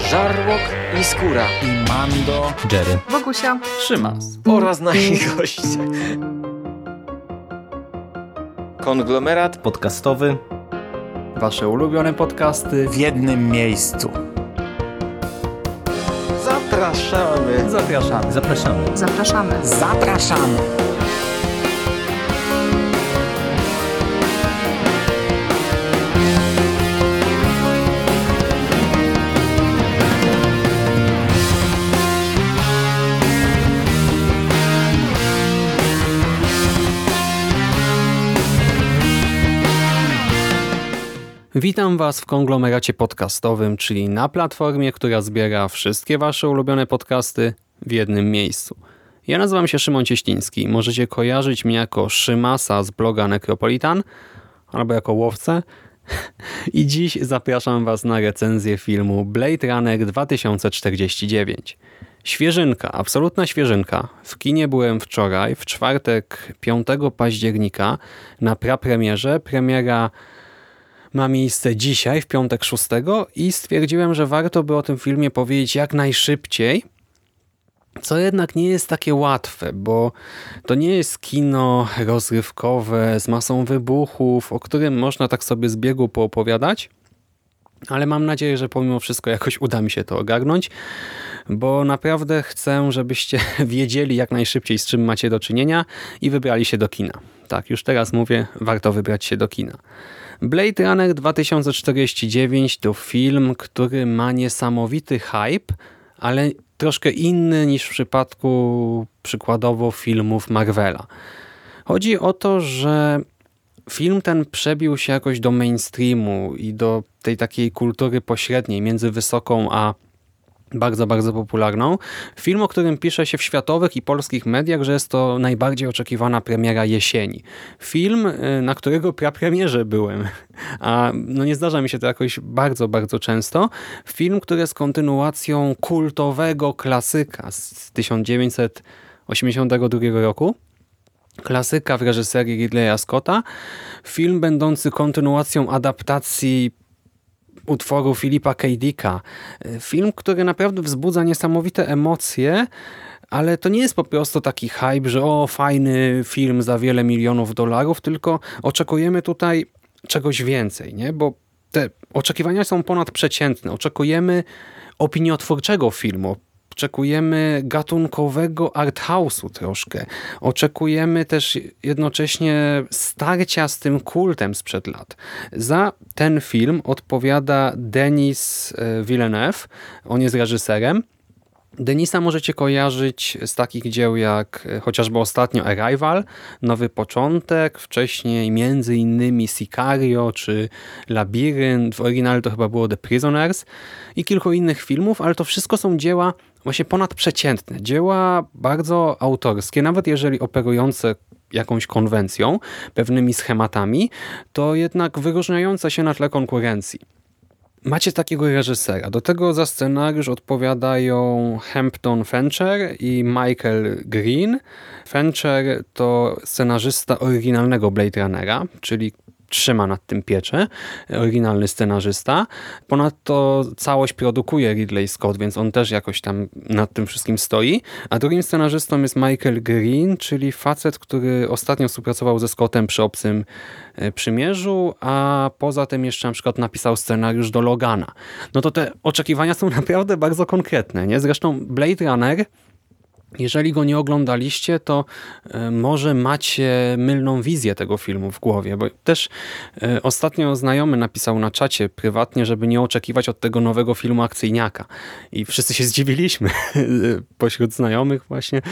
Żarłok i Skóra i Mando, Jerry, Wokusia, Szymas oraz nasi goście. Konglomerat podcastowy. Wasze ulubione podcasty w jednym miejscu. Zapraszamy. Zapraszamy. Zapraszamy. zapraszamy. Zapraszamy. Witam Was w konglomeracie podcastowym, czyli na platformie, która zbiera wszystkie Wasze ulubione podcasty w jednym miejscu. Ja nazywam się Szymon Cieśliński. Możecie kojarzyć mnie jako Szymasa z bloga Necropolitan albo jako łowcę. I dziś zapraszam Was na recenzję filmu Blade Runner 2049. Świeżynka, absolutna świeżynka. W kinie byłem wczoraj, w czwartek 5 października na prapremierze. Premiera ma miejsce dzisiaj, w piątek 6 i stwierdziłem, że warto by o tym filmie powiedzieć jak najszybciej, co jednak nie jest takie łatwe, bo to nie jest kino rozrywkowe z masą wybuchów, o którym można tak sobie z biegu poopowiadać, ale mam nadzieję, że pomimo wszystko jakoś uda mi się to ogarnąć, bo naprawdę chcę, żebyście wiedzieli jak najszybciej, z czym macie do czynienia i wybrali się do kina. Tak, już teraz mówię, warto wybrać się do kina. Blade Runner 2049 to film, który ma niesamowity hype, ale troszkę inny niż w przypadku przykładowo filmów Marvela. Chodzi o to, że film ten przebił się jakoś do mainstreamu i do tej takiej kultury pośredniej między wysoką a bardzo, bardzo popularną. Film, o którym pisze się w światowych i polskich mediach, że jest to najbardziej oczekiwana premiera jesieni. Film, na którego prapremierze byłem, a no nie zdarza mi się to jakoś bardzo, bardzo często. Film, który jest kontynuacją kultowego klasyka z 1982 roku. Klasyka w reżyserii Ridleya Scotta. Film będący kontynuacją adaptacji utworu Philippa K. Dicka. Film, który naprawdę wzbudza niesamowite emocje, ale to nie jest po prostu taki hype, że o, fajny film za wiele milionów dolarów, tylko oczekujemy tutaj czegoś więcej, nie? Bo te oczekiwania są ponadprzeciętne. Oczekujemy opiniotwórczego filmu, oczekujemy gatunkowego arthouse'u troszkę. Oczekujemy też jednocześnie starcia z tym kultem sprzed lat. Za ten film odpowiada Denis Villeneuve. On jest reżyserem. Denisa możecie kojarzyć z takich dzieł jak chociażby ostatnio Arrival, Nowy Początek, wcześniej między innymi Sicario czy Labirynt, w oryginale to chyba było The Prisoners i kilku innych filmów, ale to wszystko są dzieła właśnie ponadprzeciętne, dzieła bardzo autorskie, nawet jeżeli operujące jakąś konwencją, pewnymi schematami, to jednak wyróżniające się na tle konkurencji. Macie takiego reżysera. Do tego za scenariusz odpowiadają Hampton Fancher i Michael Green. Fancher to scenarzysta oryginalnego Blade Runnera, czyli trzyma nad tym pieczę, oryginalny scenarzysta. Ponadto całość produkuje Ridley Scott, więc on też jakoś tam nad tym wszystkim stoi. A drugim scenarzystą jest Michael Green, czyli facet, który ostatnio współpracował ze Scottem przy Obcym Przymierzu, a poza tym jeszcze na przykład napisał scenariusz do Logana. No to te oczekiwania są naprawdę bardzo konkretne, nie? Zresztą Blade Runner, jeżeli go nie oglądaliście, to może macie mylną wizję tego filmu w głowie, bo też ostatnio znajomy napisał na czacie prywatnie, żeby nie oczekiwać od tego nowego filmu akcyjniaka. I wszyscy się zdziwiliśmy pośród znajomych właśnie.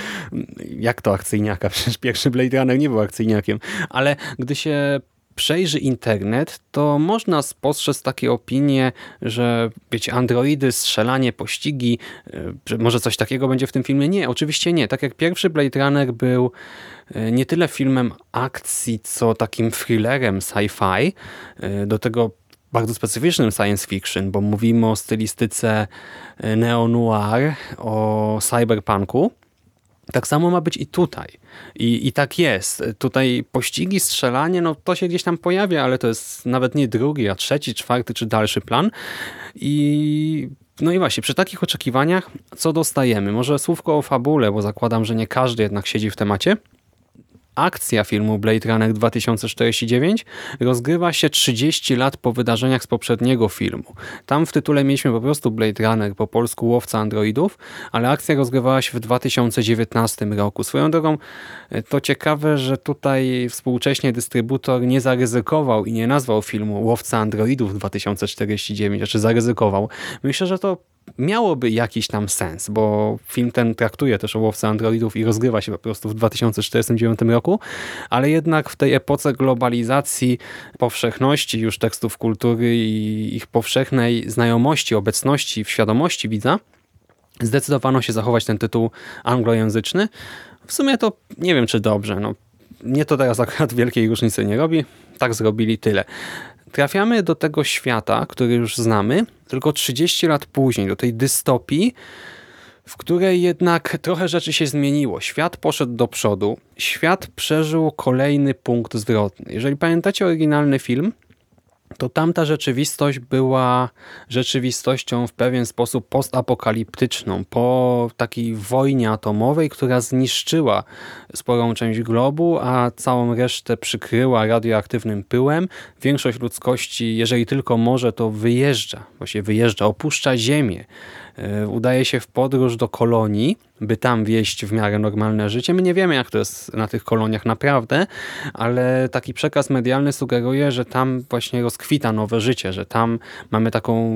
Jak to akcyjniaka? Przecież pierwszy Blade Runner nie był akcyjniakiem. Ale gdy się przejrzy internet, to można spostrzec takie opinie, że wiecie, androidy, strzelanie, pościgi, że może coś takiego będzie w tym filmie. Nie, oczywiście nie. Tak jak pierwszy Blade Runner był nie tyle filmem akcji, co takim thrillerem sci-fi, do tego bardzo specyficznym science fiction, bo mówimy o stylistyce neo-noir, o cyberpunku. Tak samo ma być i tutaj. I tak jest. Tutaj pościgi, strzelanie, no to się gdzieś tam pojawia, ale to jest nawet nie drugi, a trzeci, czwarty czy dalszy plan. I No i właśnie, przy takich oczekiwaniach co dostajemy? Może słówko o fabule, bo zakładam, że nie każdy jednak siedzi w temacie. Akcja filmu Blade Runner 2049 rozgrywa się 30 lat po wydarzeniach z poprzedniego filmu. Tam w tytule mieliśmy po prostu Blade Runner, po polsku Łowca Androidów, ale akcja rozgrywała się w 2019 roku. Swoją drogą to ciekawe, że tutaj współcześnie dystrybutor nie zaryzykował i nie nazwał filmu Łowca Androidów 2049, znaczy zaryzykował. Myślę, że to miałoby jakiś tam sens, bo film ten traktuje też o łowcy androidów i rozgrywa się po prostu w 2049 roku, ale jednak w tej epoce globalizacji, powszechności już tekstów kultury i ich powszechnej znajomości, obecności w świadomości widza, zdecydowano się zachować ten tytuł anglojęzyczny. W sumie to nie wiem, czy dobrze. No, mnie to teraz akurat wielkiej różnicy nie robi. Tak zrobili, tyle. Trafiamy do tego świata, który już znamy, tylko 30 lat później, do tej dystopii, w której jednak trochę rzeczy się zmieniło. Świat poszedł do przodu, świat przeżył kolejny punkt zwrotny. Jeżeli pamiętacie oryginalny film, to tamta rzeczywistość była rzeczywistością w pewien sposób postapokaliptyczną, po takiej wojnie atomowej, która zniszczyła sporą część globu, a całą resztę przykryła radioaktywnym pyłem. Większość ludzkości, jeżeli tylko może, to wyjeżdża, opuszcza Ziemię. Udaje się w podróż do kolonii, by tam wieść w miarę normalne życie. My nie wiemy, jak to jest na tych koloniach naprawdę, ale taki przekaz medialny sugeruje, że tam właśnie rozkwita nowe życie, że tam mamy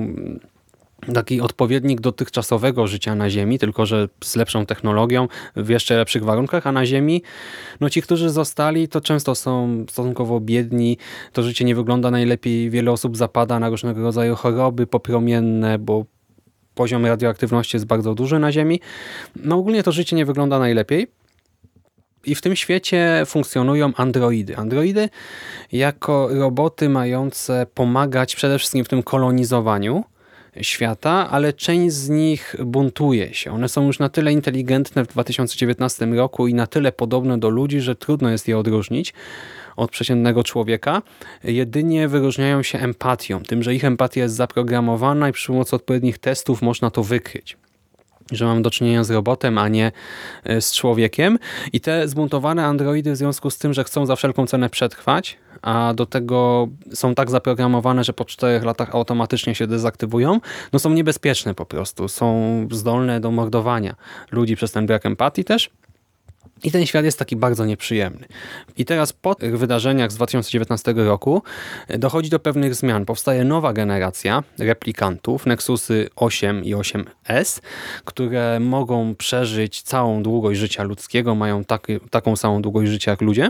taki odpowiednik dotychczasowego życia na Ziemi, tylko że z lepszą technologią, w jeszcze lepszych warunkach, a na Ziemi no ci, którzy zostali, to często są stosunkowo biedni, to życie nie wygląda najlepiej, wiele osób zapada na różnego rodzaju choroby popromienne, bo poziom radioaktywności jest bardzo duży na Ziemi. No ogólnie to życie nie wygląda najlepiej. I w tym świecie funkcjonują androidy. Androidy jako roboty mające pomagać przede wszystkim w tym kolonizowaniu świata, ale część z nich buntuje się. One są już na tyle inteligentne w 2019 roku i na tyle podobne do ludzi, że trudno jest je odróżnić od przeciętnego człowieka. Jedynie wyróżniają się empatią, tym, że ich empatia jest zaprogramowana i przy pomocy odpowiednich testów można to wykryć. Że mam do czynienia z robotem, a nie z człowiekiem. I te zbuntowane androidy w związku z tym, że chcą za wszelką cenę przetrwać, a do tego są tak zaprogramowane, że po 4 latach automatycznie się dezaktywują, no są niebezpieczne po prostu. Są zdolne do mordowania ludzi przez ten brak empatii też. I ten świat jest taki bardzo nieprzyjemny. I teraz po tych wydarzeniach z 2019 roku dochodzi do pewnych zmian. Powstaje nowa generacja replikantów, Nexusy 8 i 8S, które mogą przeżyć całą długość życia ludzkiego, mają taką samą długość życia jak ludzie.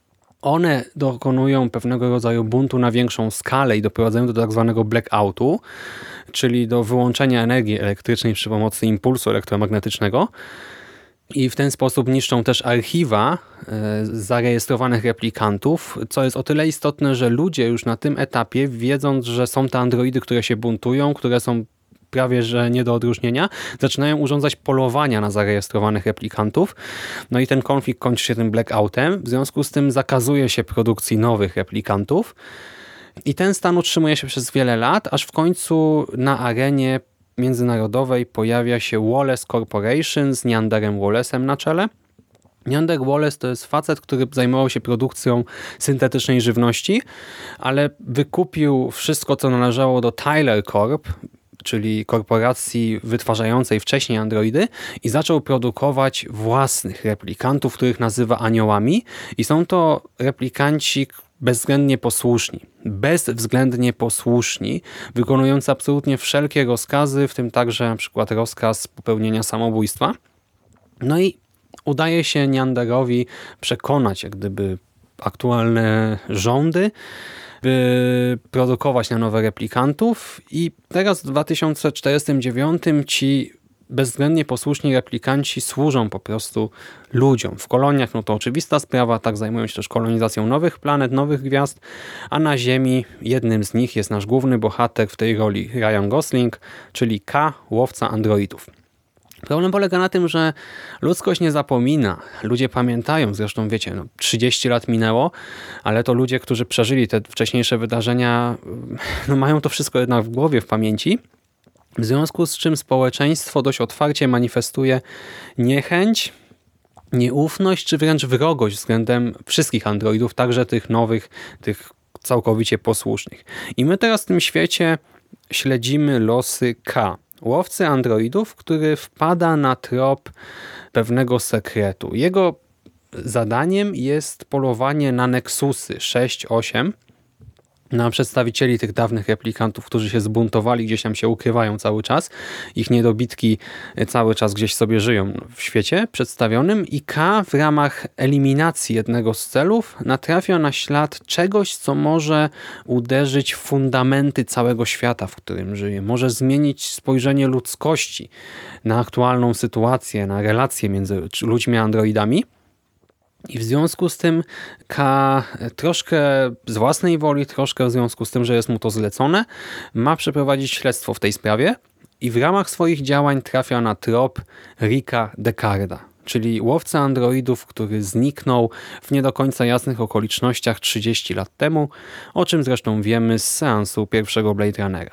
One dokonują pewnego rodzaju buntu na większą skalę i doprowadzają do tak zwanego blackoutu, czyli do wyłączenia energii elektrycznej przy pomocy impulsu elektromagnetycznego. I w ten sposób niszczą też archiwa zarejestrowanych replikantów, co jest o tyle istotne, że ludzie już na tym etapie, wiedząc, że są te androidy, które się buntują, które są prawie że nie do odróżnienia, zaczynają urządzać polowania na zarejestrowanych replikantów. No i ten konflikt kończy się tym blackoutem. W związku z tym zakazuje się produkcji nowych replikantów. I ten stan utrzymuje się przez wiele lat, aż w końcu na arenie międzynarodowej pojawia się Wallace Corporation z Neanderem Wallace'em na czele. Neander Wallace to jest facet, który zajmował się produkcją syntetycznej żywności, ale wykupił wszystko, co należało do Tyler Corp, czyli korporacji wytwarzającej wcześniej androidy, i zaczął produkować własnych replikantów, których nazywa aniołami. I są to replikanci bezwzględnie posłuszni, wykonujący absolutnie wszelkie rozkazy, w tym także na przykład rozkaz popełnienia samobójstwa. No i udaje się Neanderowi przekonać jak gdyby aktualne rządy, by produkować na nowe replikantów, i teraz w 2049 ci bezwzględnie posłuszni replikanci służą po prostu ludziom. W koloniach no to oczywista sprawa, tak zajmują się też kolonizacją nowych planet, nowych gwiazd, a na Ziemi jednym z nich jest nasz główny bohater w tej roli Ryan Gosling, czyli K, łowca androidów. Problem polega na tym, że ludzkość nie zapomina. Ludzie pamiętają, zresztą wiecie, 30 lat minęło, ale to ludzie, którzy przeżyli te wcześniejsze wydarzenia, mają to wszystko jednak w głowie, w pamięci. W związku z czym społeczeństwo dość otwarcie manifestuje niechęć, nieufność czy wręcz wrogość względem wszystkich androidów, także tych nowych, tych całkowicie posłusznych. I my teraz w tym świecie śledzimy losy K, łowcy androidów, który wpada na trop pewnego sekretu. Jego zadaniem jest polowanie na Nexusy 6-8, na przedstawicieli tych dawnych replikantów, którzy się zbuntowali, gdzieś tam się ukrywają cały czas. Ich niedobitki cały czas gdzieś sobie żyją w świecie przedstawionym i K w ramach eliminacji jednego z celów natrafia na ślad czegoś, co może uderzyć w fundamenty całego świata, w którym żyje. Może zmienić spojrzenie ludzkości na aktualną sytuację, na relacje między ludźmi a androidami. I w związku z tym K troszkę z własnej woli, troszkę w związku z tym, że jest mu to zlecone, ma przeprowadzić śledztwo w tej sprawie i w ramach swoich działań trafia na trop Ricka Decarda, czyli łowcy androidów, który zniknął w nie do końca jasnych okolicznościach 30 lat temu, o czym zresztą wiemy z seansu pierwszego Blade Runnera.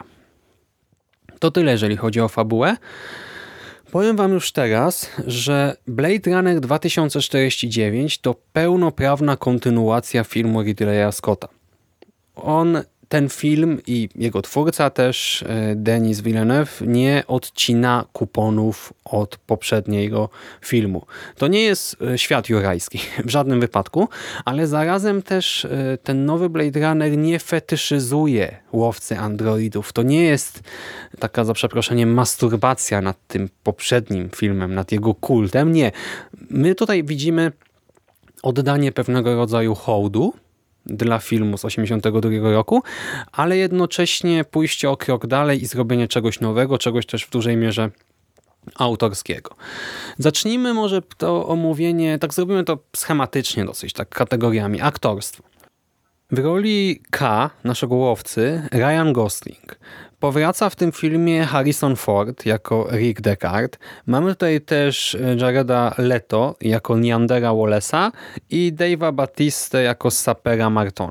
To tyle, jeżeli chodzi o fabułę. Powiem wam już teraz, że Blade Runner 2049 to pełnoprawna kontynuacja filmu Ridleya Scotta. Ten film i jego twórca też, Denis Villeneuve, nie odcina kuponów od poprzedniego filmu. To nie jest świat jurajski w żadnym wypadku, ale zarazem też ten nowy Blade Runner nie fetyszyzuje łowcy androidów. To nie jest taka, za przeproszeniem, masturbacja nad tym poprzednim filmem, nad jego kultem. Nie. My tutaj widzimy oddanie pewnego rodzaju hołdu dla filmu z 1982 roku, ale jednocześnie pójście o krok dalej i zrobienie czegoś nowego, czegoś też w dużej mierze autorskiego. Zacznijmy może to omówienie, tak zrobimy to schematycznie dosyć, tak kategoriami. Aktorstwo. W roli K, naszego łowcy, Ryan Gosling. Powraca w tym filmie Harrison Ford jako Rick Deckard. Mamy tutaj też Jareda Leto jako Neandera Wallace'a i Dave'a Bautistę jako Sapera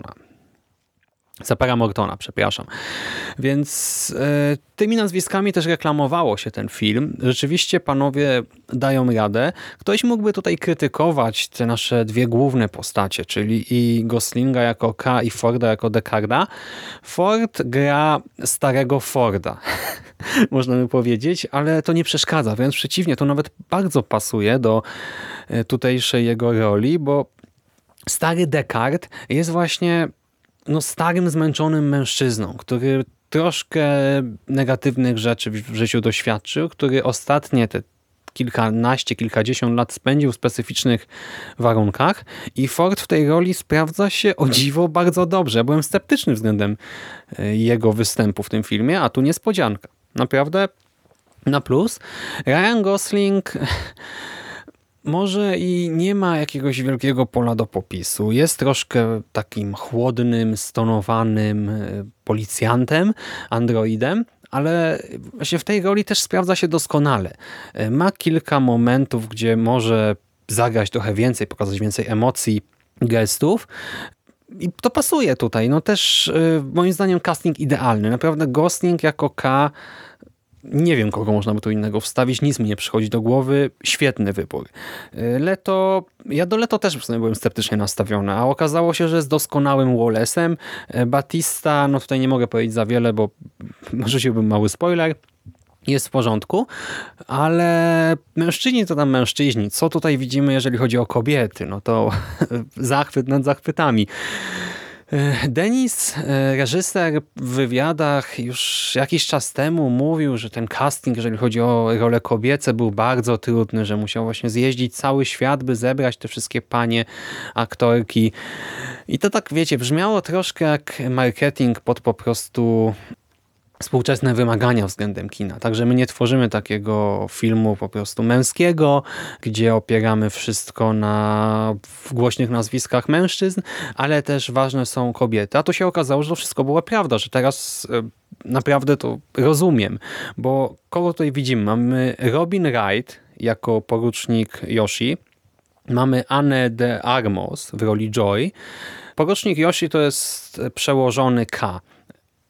Mortona, przepraszam. Więc tymi nazwiskami też reklamowało się ten film. Rzeczywiście panowie dają radę. Ktoś mógłby tutaj krytykować te nasze dwie główne postacie, czyli i Goslinga jako K i Forda jako Deckarda. Ford gra starego Forda, można by powiedzieć, ale to nie przeszkadza. Wręcz przeciwnie, to nawet bardzo pasuje do tutejszej jego roli, bo stary Deckard jest właśnie starym, zmęczonym mężczyzną, który troszkę negatywnych rzeczy w życiu doświadczył, który ostatnie te kilkadziesiąt lat spędził w specyficznych warunkach i Ford w tej roli sprawdza się o dziwo bardzo dobrze. Ja byłem sceptyczny względem jego występu w tym filmie, a tu niespodzianka. Naprawdę na plus. Ryan Gosling może i nie ma jakiegoś wielkiego pola do popisu. Jest troszkę takim chłodnym, stonowanym policjantem, androidem, ale właśnie w tej roli też sprawdza się doskonale. Ma kilka momentów, gdzie może zagrać trochę więcej, pokazać więcej emocji, gestów. I to pasuje tutaj. No też moim zdaniem casting idealny. Naprawdę Gosling jako K, nie wiem, kogo można by tu innego wstawić, nic mi nie przychodzi do głowy. Świetny wybór. Leto, ja do Leto też w sumie byłem sceptycznie nastawiony, a okazało się, że jest doskonałym Wallace'em. Batista, no tutaj nie mogę powiedzieć za wiele, bo rzuciłbym mały spoiler. Jest w porządku, ale mężczyźni to tam mężczyźni. Co tutaj widzimy, jeżeli chodzi o kobiety? No to zachwyt nad zachwytami. Denis, reżyser, w wywiadach już jakiś czas temu mówił, że ten casting, jeżeli chodzi o role kobiece, był bardzo trudny, że musiał właśnie zjeździć cały świat, by zebrać te wszystkie panie aktorki. I to tak, wiecie, brzmiało troszkę jak marketing pod po prostu współczesne wymagania względem kina. Także my nie tworzymy takiego filmu po prostu męskiego, gdzie opieramy wszystko na głośnych nazwiskach mężczyzn, ale też ważne są kobiety. A tu się okazało, że to wszystko była prawda, że teraz naprawdę to rozumiem, bo kogo tutaj widzimy? Mamy Robin Wright jako porucznik Yoshi, mamy Anne de Armas w roli Joy. Porucznik Yoshi to jest przełożony K.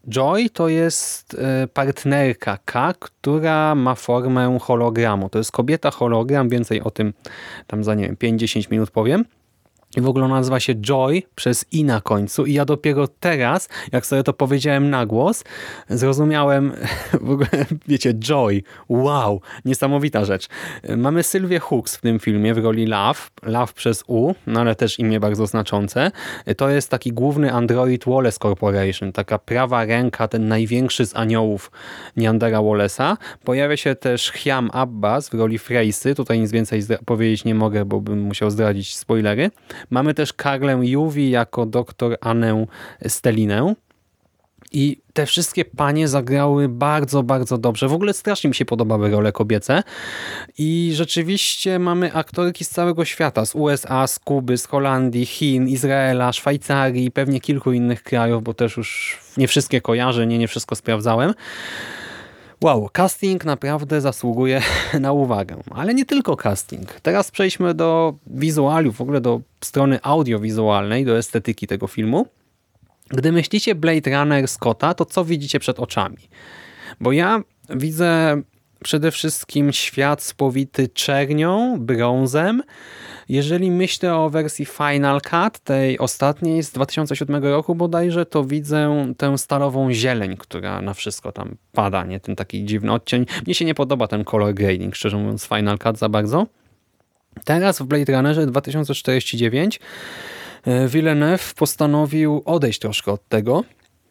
Joy to jest partnerka K, która ma formę hologramu. To jest kobieta hologram, więcej o tym tam za, nie wiem, 5-10 minut powiem. I w ogóle nazywa się Joy przez i na końcu i ja dopiero teraz, jak sobie to powiedziałem na głos, zrozumiałem w ogóle, wiecie, Joy, wow, niesamowita rzecz. Mamy Sylwię Hooks w tym filmie w roli Love przez U, no ale też imię bardzo znaczące. To jest taki główny android Wallace Corporation, taka prawa ręka, ten największy z aniołów Neandera Wallace'a. Pojawia się też Hyam Abbas w roli Freysy, tutaj nic więcej powiedzieć nie mogę, bo bym musiał zdradzić spoilery. Mamy też Karlę Juwi jako doktor Annę Stelinę. I te wszystkie panie zagrały bardzo, bardzo dobrze. W ogóle strasznie mi się podobały role kobiece. I rzeczywiście mamy aktorki z całego świata. Z USA, z Kuby, z Holandii, Chin, Izraela, Szwajcarii, pewnie kilku innych krajów, bo też już nie wszystkie kojarzę, nie wszystko sprawdzałem. Wow, casting naprawdę zasługuje na uwagę. Ale nie tylko casting. Teraz przejdźmy do wizualiów, w ogóle do strony audiowizualnej, do estetyki tego filmu. Gdy myślicie Blade Runner Scotta, to co widzicie przed oczami? Bo ja widzę przede wszystkim świat spowity czernią, brązem. Jeżeli myślę o wersji Final Cut, tej ostatniej z 2007 roku bodajże, to widzę tę stalową zieleń, która na wszystko tam pada, nie? Ten taki dziwny odcień. Mnie się nie podoba ten color grading, szczerze mówiąc, Final Cut za bardzo. Teraz w Blade Runnerze 2049 Villeneuve postanowił odejść troszkę od tego.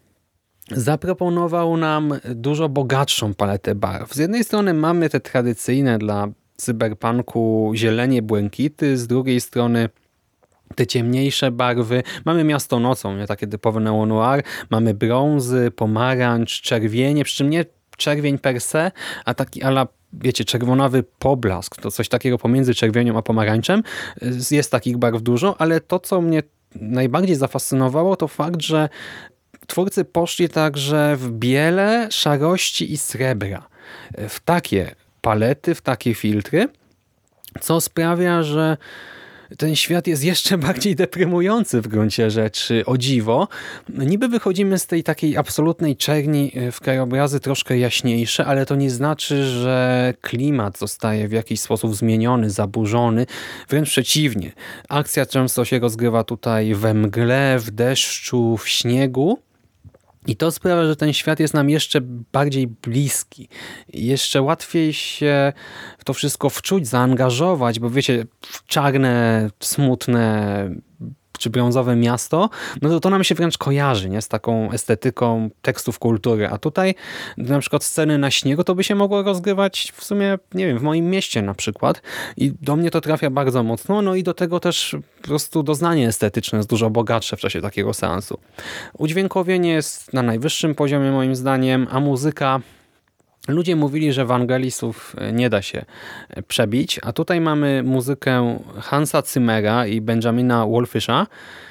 Zaproponował nam dużo bogatszą paletę barw. Z jednej strony mamy te tradycyjne dla cyberpunku zielenie, błękity, z drugiej strony te ciemniejsze barwy. Mamy miasto nocą, nie takie typowe neo-noir. Mamy brązy, pomarańcz, czerwienie, przy czym nie czerwień per se, a taki ala, wiecie, czerwonawy poblask. To coś takiego pomiędzy czerwienią a pomarańczem. Jest takich barw dużo, ale to, co mnie najbardziej zafascynowało, to fakt, że twórcy poszli także w biele, szarości i srebra. W takie palety, w takie filtry, co sprawia, że ten świat jest jeszcze bardziej deprymujący w gruncie rzeczy, o dziwo. Niby wychodzimy z tej takiej absolutnej czerni w krajobrazy troszkę jaśniejsze, ale to nie znaczy, że klimat zostaje w jakiś sposób zmieniony, zaburzony. Wręcz przeciwnie. Akcja często się rozgrywa tutaj we mgle, w deszczu, w śniegu. I to sprawia, że ten świat jest nam jeszcze bardziej bliski. Jeszcze łatwiej się w to wszystko wczuć, zaangażować, bo wiecie, czarne, smutne czy brązowe miasto, no to nam się wręcz kojarzy, nie? Z taką estetyką tekstów kultury. A tutaj na przykład sceny na śniegu to by się mogło rozgrywać w sumie, nie wiem, w moim mieście na przykład. I do mnie to trafia bardzo mocno. No i do tego też po prostu doznanie estetyczne jest dużo bogatsze w czasie takiego seansu. Udźwiękowienie jest na najwyższym poziomie moim zdaniem, a muzyka... Ludzie mówili, że Vangelisów nie da się przebić, a tutaj mamy muzykę Hansa Zimmera i Benjamina Wolfisha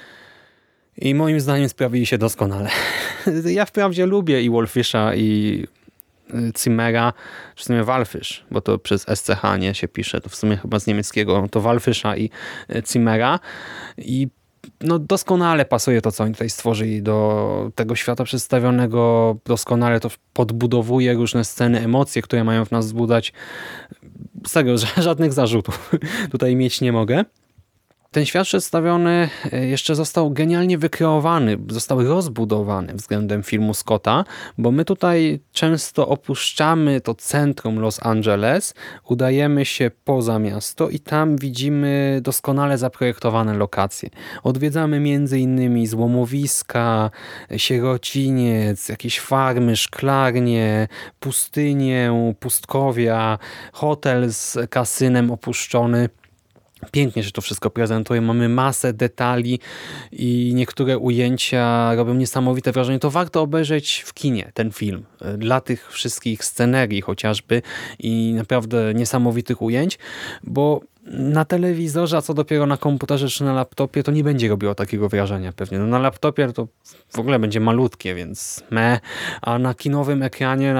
i moim zdaniem sprawili się doskonale. Ja wprawdzie lubię i Wolfisha i Zimmera, w sumie Walfisz, bo to przez SCH nie się pisze, to w sumie chyba z niemieckiego, to Walfisha i Zimmera i no doskonale pasuje to, co oni tutaj stworzyli do tego świata przedstawionego. Doskonale to podbudowuje różne sceny, emocje, które mają w nas wzbudzać. Serio, żadnych zarzutów tutaj mieć nie mogę. Ten świat przedstawiony jeszcze został genialnie wykreowany, został rozbudowany względem filmu Scotta, bo my tutaj często opuszczamy to centrum Los Angeles, udajemy się poza miasto i tam widzimy doskonale zaprojektowane lokacje. Odwiedzamy między innymi złomowiska, sierociniec, jakieś farmy, szklarnie, pustynię, pustkowia, hotel z kasynem opuszczony. Pięknie się to wszystko prezentuje, mamy masę detali i niektóre ujęcia robią niesamowite wrażenie. To warto obejrzeć w kinie ten film. Dla tych wszystkich scenerii chociażby i naprawdę niesamowitych ujęć, bo na telewizorze, a co dopiero na komputerze czy na laptopie, to nie będzie robiło takiego wrażenia pewnie. No na laptopie to w ogóle będzie malutkie, więc a na kinowym ekranie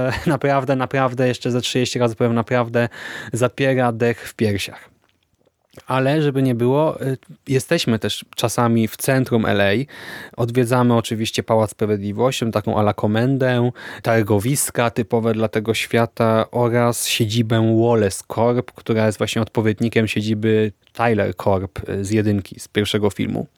naprawdę, jeszcze ze 30 razy powiem, naprawdę zapiera dech w piersiach. Ale żeby nie było, jesteśmy też czasami w centrum LA. Odwiedzamy oczywiście Pałac Sprawiedliwości, taką a la komendę, targowiska typowe dla tego świata oraz siedzibę Wallace Corp, która jest właśnie odpowiednikiem siedziby Tyler Corp z jedynki, z pierwszego filmu.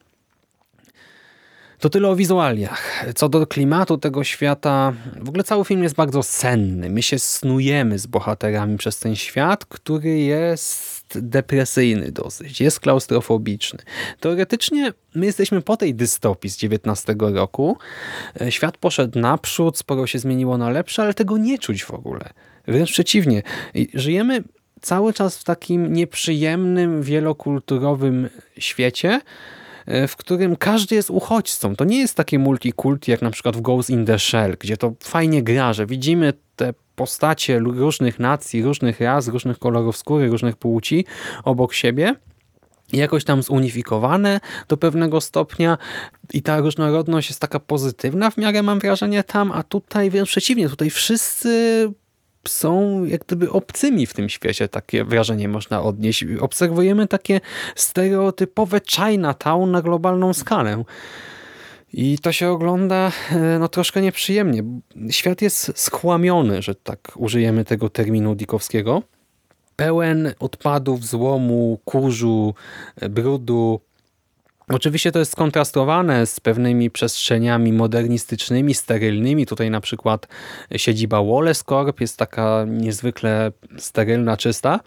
To tyle o wizualiach. Co do klimatu tego świata, w ogóle cały film jest bardzo senny. My się snujemy z bohaterami przez ten świat, który jest depresyjny dosyć, jest klaustrofobiczny. Teoretycznie my jesteśmy po tej dystopii z 19 roku. Świat poszedł naprzód, sporo się zmieniło na lepsze, ale tego nie czuć w ogóle. Wręcz przeciwnie. Żyjemy cały czas w takim nieprzyjemnym, wielokulturowym świecie, w którym każdy jest uchodźcą. To nie jest takie multikulti jak na przykład w Ghost in the Shell, gdzie to fajnie gra, że widzimy te postacie różnych nacji, różnych ras, różnych kolorów skóry, różnych płci obok siebie, jakoś tam zunifikowane do pewnego stopnia i ta różnorodność jest taka pozytywna w miarę, mam wrażenie, tam, a tutaj wręcz przeciwnie, tutaj wszyscy są jak gdyby obcymi w tym świecie, takie wrażenie można odnieść. Obserwujemy takie stereotypowe Chinatown na globalną skalę. I to się ogląda troszkę nieprzyjemnie. Świat jest schłamiony, że tak użyjemy tego terminu dickowskiego. Pełen odpadów, złomu, kurzu, brudu. Oczywiście to jest skontrastowane z pewnymi przestrzeniami modernistycznymi, sterylnymi. Tutaj na przykład siedziba Wallace Corp jest taka niezwykle sterylna, czysta.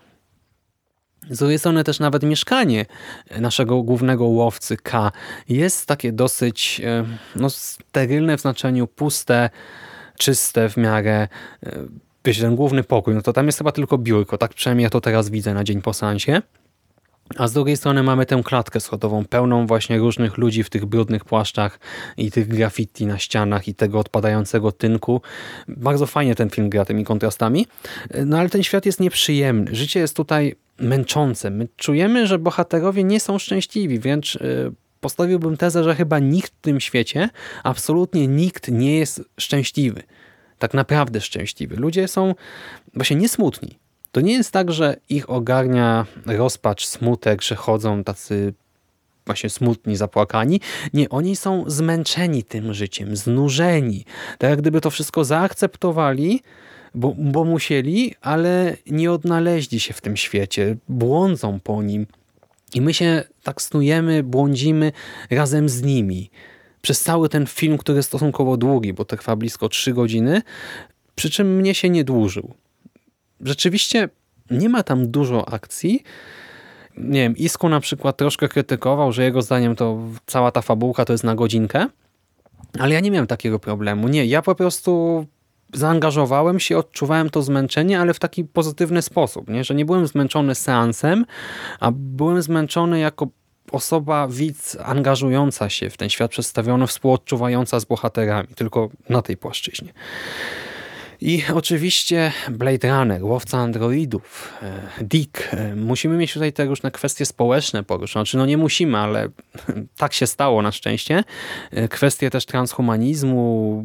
Z drugiej strony też nawet mieszkanie naszego głównego łowcy K jest takie dosyć sterylne w znaczeniu puste, czyste w miarę. Wiecie, ten główny pokój, to tam jest chyba tylko biurko, tak przynajmniej ja to teraz widzę na dzień po seansie. A z drugiej strony mamy tę klatkę schodową, pełną właśnie różnych ludzi w tych brudnych płaszczach i tych graffiti na ścianach i tego odpadającego tynku. Bardzo fajnie ten film gra tymi kontrastami. No ale ten świat jest nieprzyjemny. Życie jest tutaj męczące. My czujemy, że bohaterowie nie są szczęśliwi, wręcz postawiłbym tezę, że chyba nikt w tym świecie, absolutnie nikt nie jest szczęśliwy. Tak naprawdę szczęśliwy. Ludzie są właśnie niesmutni. To nie jest tak, że ich ogarnia rozpacz, smutek, że chodzą tacy właśnie smutni, zapłakani. Nie, oni są zmęczeni tym życiem, znużeni. Tak jak gdyby to wszystko zaakceptowali, bo musieli, ale nie odnaleźli się w tym świecie. Błądzą po nim. I my się tak snujemy, błądzimy razem z nimi. Przez cały ten film, który jest stosunkowo długi, bo trwa blisko 3 godziny, przy czym mnie się nie dłużył. Rzeczywiście nie ma tam dużo akcji. Nie wiem, Isku na przykład troszkę krytykował, że jego zdaniem to cała ta fabułka to jest na godzinkę, ale ja nie miałem takiego problemu. Nie, ja po prostu zaangażowałem się, odczuwałem to zmęczenie, ale w taki pozytywny sposób, nie? Że nie byłem zmęczony seansem, a byłem zmęczony jako osoba, widz angażująca się w ten świat przedstawiony, współodczuwająca z bohaterami, tylko na tej płaszczyźnie. I oczywiście Blade Runner, łowca androidów, Dick. Musimy mieć tutaj te różne kwestie społeczne poruszone. Znaczy, nie musimy, ale tak się stało na szczęście. Kwestie też transhumanizmu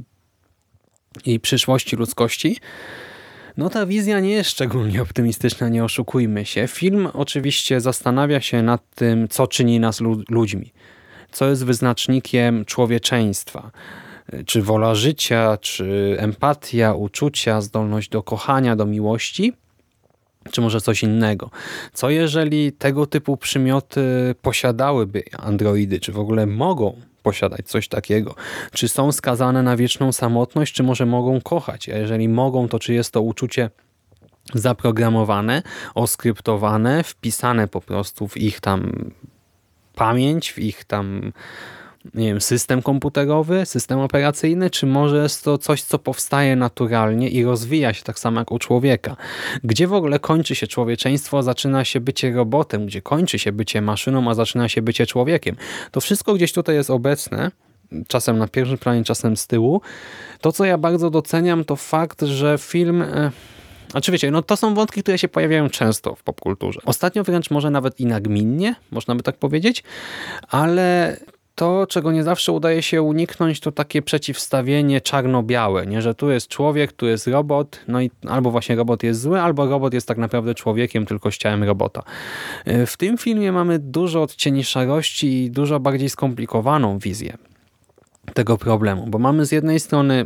i przyszłości ludzkości. Ta wizja nie jest szczególnie optymistyczna, nie oszukujmy się. Film oczywiście zastanawia się nad tym, co czyni nas ludźmi. Co jest wyznacznikiem człowieczeństwa. Czy wola życia, czy empatia, uczucia, zdolność do kochania, do miłości, czy może coś innego. Co jeżeli tego typu przymioty posiadałyby androidy, czy w ogóle mogą posiadać coś takiego? Czy są skazane na wieczną samotność, czy może mogą kochać? A jeżeli mogą, to czy jest to uczucie zaprogramowane, oskryptowane, wpisane po prostu w ich tam pamięć, w ich tam system komputerowy, system operacyjny, czy może jest to coś, co powstaje naturalnie i rozwija się tak samo jak u człowieka. Gdzie w ogóle kończy się człowieczeństwo, zaczyna się bycie robotem, gdzie kończy się bycie maszyną, a zaczyna się bycie człowiekiem. To wszystko gdzieś tutaj jest obecne, czasem na pierwszym planie, czasem z tyłu. To, co ja bardzo doceniam, to fakt, że film... Oczywiście, to są wątki, które się pojawiają często w popkulturze. Ostatnio wręcz może nawet i nagminnie, można by tak powiedzieć, ale to, czego nie zawsze udaje się uniknąć, to takie przeciwstawienie czarno-białe, nie? Że tu jest człowiek, tu jest robot, no i albo właśnie robot jest zły, albo robot jest tak naprawdę człowiekiem, tylko z ciałem robota. W tym filmie mamy dużo odcieni szarości i dużo bardziej skomplikowaną wizję tego problemu, bo mamy z jednej strony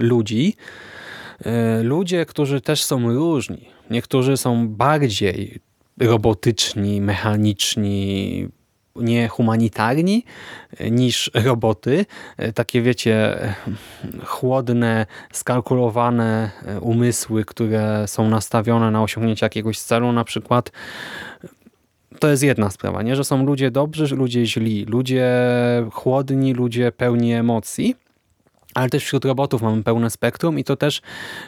ludzie, którzy też są różni. Niektórzy są bardziej robotyczni, mechaniczni, niehumanitarni niż roboty. Takie wiecie, chłodne, skalkulowane umysły, które są nastawione na osiągnięcie jakiegoś celu na przykład. To jest jedna sprawa, nie? Że są ludzie dobrzy, ludzie źli, ludzie chłodni, ludzie pełni emocji. Ale też wśród robotów mamy pełne spektrum i to też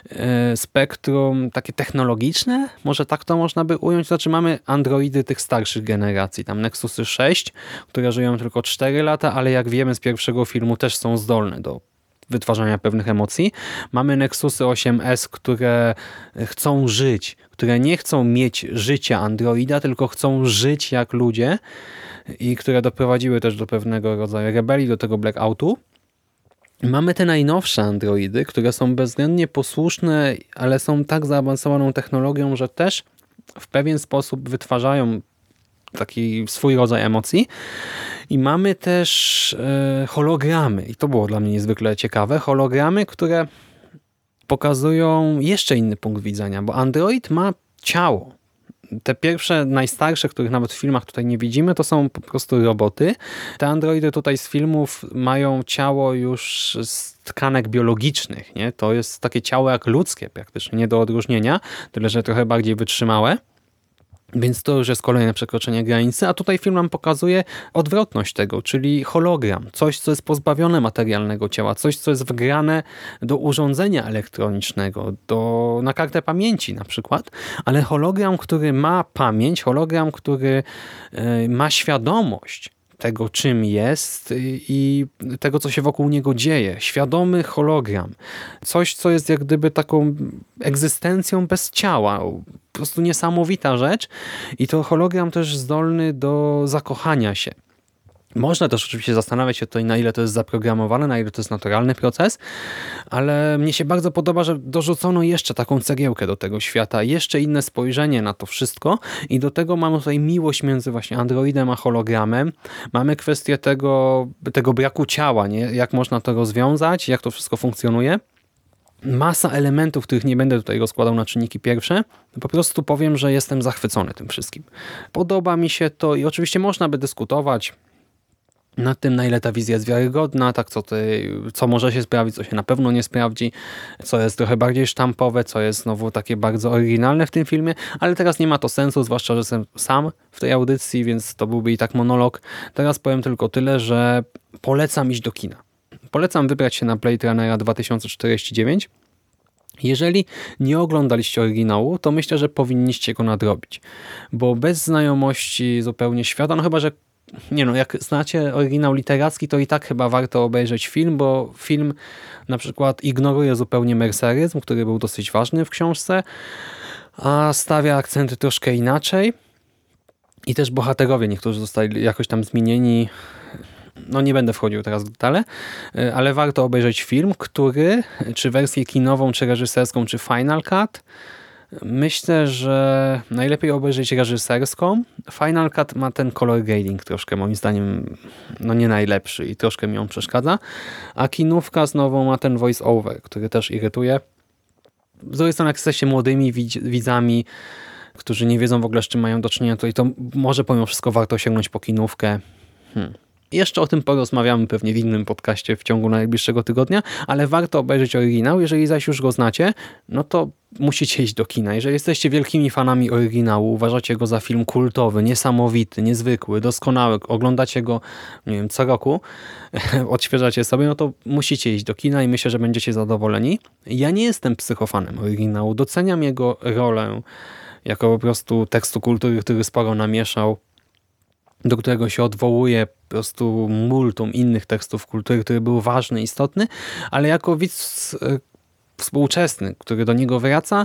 spektrum takie technologiczne, może tak to można by ująć. Znaczy mamy androidy tych starszych generacji, tam Nexusy 6, które żyją tylko 4 lata, ale jak wiemy z pierwszego filmu też są zdolne do wytwarzania pewnych emocji. Mamy Nexusy 8S, które chcą żyć, które nie chcą mieć życia androida, tylko chcą żyć jak ludzie i które doprowadziły też do pewnego rodzaju rebelii, do tego blackoutu. Mamy te najnowsze androidy, które są bezwzględnie posłuszne, ale są tak zaawansowaną technologią, że też w pewien sposób wytwarzają taki swój rodzaj emocji. I mamy też hologramy. I to było dla mnie niezwykle ciekawe. Hologramy, które pokazują jeszcze inny punkt widzenia, bo android ma ciało. Te pierwsze, najstarsze, których nawet w filmach tutaj nie widzimy, to są po prostu roboty. Te androidy tutaj z filmów mają ciało już z tkanek biologicznych, nie? To jest takie ciało jak ludzkie praktycznie, nie do odróżnienia, tyle że trochę bardziej wytrzymałe. Więc to już jest kolejne przekroczenie granicy, a tutaj film nam pokazuje odwrotność tego, czyli hologram, coś, co jest pozbawione materialnego ciała, coś, co jest wgrane do urządzenia elektronicznego, na kartę pamięci na przykład, ale hologram, który ma pamięć, hologram, który ma świadomość tego, czym jest i tego, co się wokół niego dzieje. Świadomy hologram. Coś, co jest jak gdyby taką egzystencją bez ciała. Po prostu niesamowita rzecz. I to hologram też zdolny do zakochania się. Można też oczywiście zastanawiać się tutaj, na ile to jest zaprogramowane, na ile to jest naturalny proces, ale mnie się bardzo podoba, że dorzucono jeszcze taką cegiełkę do tego świata, jeszcze inne spojrzenie na to wszystko i do tego mamy tutaj miłość między właśnie androidem a hologramem. Mamy kwestię tego braku ciała, nie? Jak można to rozwiązać, jak to wszystko funkcjonuje. Masa elementów, których nie będę tutaj rozkładał na czynniki pierwsze. Po prostu powiem, że jestem zachwycony tym wszystkim. Podoba mi się to i oczywiście można by dyskutować nad tym, na ile ta wizja jest wiarygodna, tak co może się sprawdzić, co się na pewno nie sprawdzi, co jest trochę bardziej sztampowe, co jest znowu takie bardzo oryginalne w tym filmie, ale teraz nie ma to sensu, zwłaszcza, że jestem sam w tej audycji, więc to byłby i tak monolog. Teraz powiem tylko tyle, że polecam iść do kina. Polecam wybrać się na Blade Runnera 2049. Jeżeli nie oglądaliście oryginału, to myślę, że powinniście go nadrobić, bo bez znajomości zupełnie świata, no chyba, że jak znacie oryginał literacki, to i tak chyba warto obejrzeć film, bo film na przykład ignoruje zupełnie merceryzm, który był dosyć ważny w książce, a stawia akcenty troszkę inaczej. I też bohaterowie niektórzy zostali jakoś tam zmienieni. No nie będę wchodził teraz w detale, ale warto obejrzeć film, który, czy wersję kinową, czy reżyserską, czy Final Cut. Myślę, że najlepiej obejrzeć reżyserską. Final Cut ma ten color grading troszkę, moim zdaniem, no nie najlepszy i troszkę mi on przeszkadza. A kinówka znowu ma ten voice over, który też irytuje. Z drugiej strony, jak jesteście młodymi widzami, którzy nie wiedzą w ogóle, z czym mają do czynienia, to może pomimo wszystko warto sięgnąć po kinówkę. Jeszcze o tym porozmawiamy pewnie w innym podcaście w ciągu najbliższego tygodnia, ale warto obejrzeć oryginał. Jeżeli zaś już go znacie, no to musicie iść do kina. Jeżeli jesteście wielkimi fanami oryginału, uważacie go za film kultowy, niesamowity, niezwykły, doskonały, oglądacie go, nie wiem, co roku, odświeżacie sobie, no to musicie iść do kina i myślę, że będziecie zadowoleni. Ja nie jestem psychofanem oryginału. Doceniam jego rolę jako po prostu tekstu kultury, który sporo namieszał, do którego się odwołuje po prostu multum innych tekstów kultury, który był ważny, istotny, ale jako widz współczesny, który do niego wraca,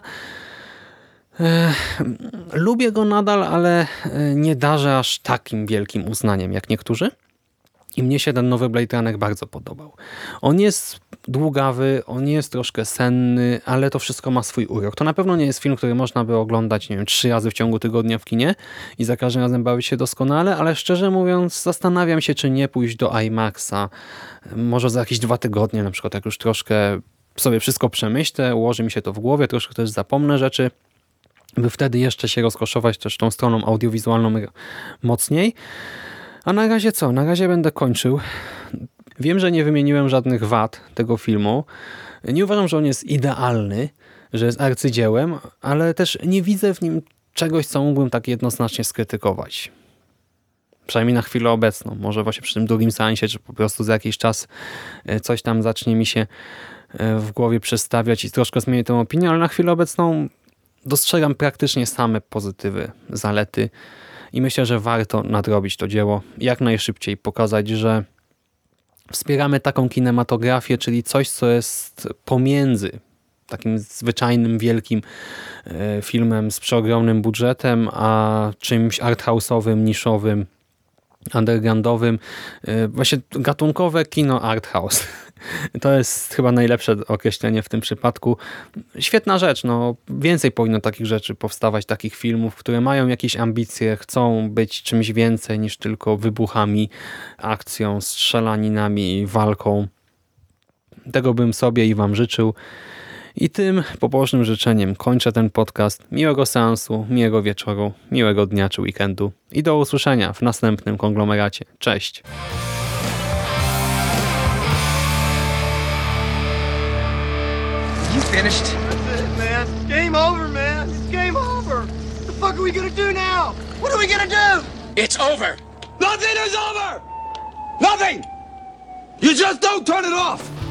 lubię go nadal, ale nie darzę aż takim wielkim uznaniem jak niektórzy. I mnie się ten nowy Blade Runner bardzo podobał. On jest długawy, on jest troszkę senny, ale to wszystko ma swój urok. To na pewno nie jest film, który można by oglądać, nie wiem, 3 razy w ciągu tygodnia w kinie i za każdym razem bawić się doskonale, ale szczerze mówiąc zastanawiam się, czy nie pójść do IMAXa. Może za jakieś 2 tygodnie na przykład, jak już troszkę sobie wszystko przemyślę, ułoży mi się to w głowie, troszkę też zapomnę rzeczy, by wtedy jeszcze się rozkoszować też tą stroną audiowizualną mocniej. A na razie co? Na razie będę kończył. Wiem, że nie wymieniłem żadnych wad tego filmu. Nie uważam, że on jest idealny, że jest arcydziełem, ale też nie widzę w nim czegoś, co mógłbym tak jednoznacznie skrytykować. Przynajmniej na chwilę obecną. Może właśnie przy tym drugim seansie, czy po prostu za jakiś czas coś tam zacznie mi się w głowie przestawiać i troszkę zmienię tę opinię, ale na chwilę obecną dostrzegam praktycznie same pozytywy, zalety i myślę, że warto nadrobić to dzieło jak najszybciej, pokazać, że wspieramy taką kinematografię, czyli coś, co jest pomiędzy takim zwyczajnym, wielkim filmem z przeogromnym budżetem, a czymś arthouse'owym, niszowym, undergroundowym. Właśnie gatunkowe kino arthouse. To jest chyba najlepsze określenie w tym przypadku. Świetna rzecz. No, więcej powinno takich rzeczy powstawać, takich filmów, które mają jakieś ambicje, chcą być czymś więcej niż tylko wybuchami, akcją, strzelaninami, walką. Tego bym sobie i wam życzył. I tym pobożnym życzeniem kończę ten podcast. Miłego seansu, miłego wieczoru, miłego dnia czy weekendu i do usłyszenia w następnym konglomeracie. Cześć! You finished? That's it, man. Game over, man. It's game over. What the fuck are we gonna do now? What are we gonna do? It's over! Nothing is over! Nothing! You just don't turn it off!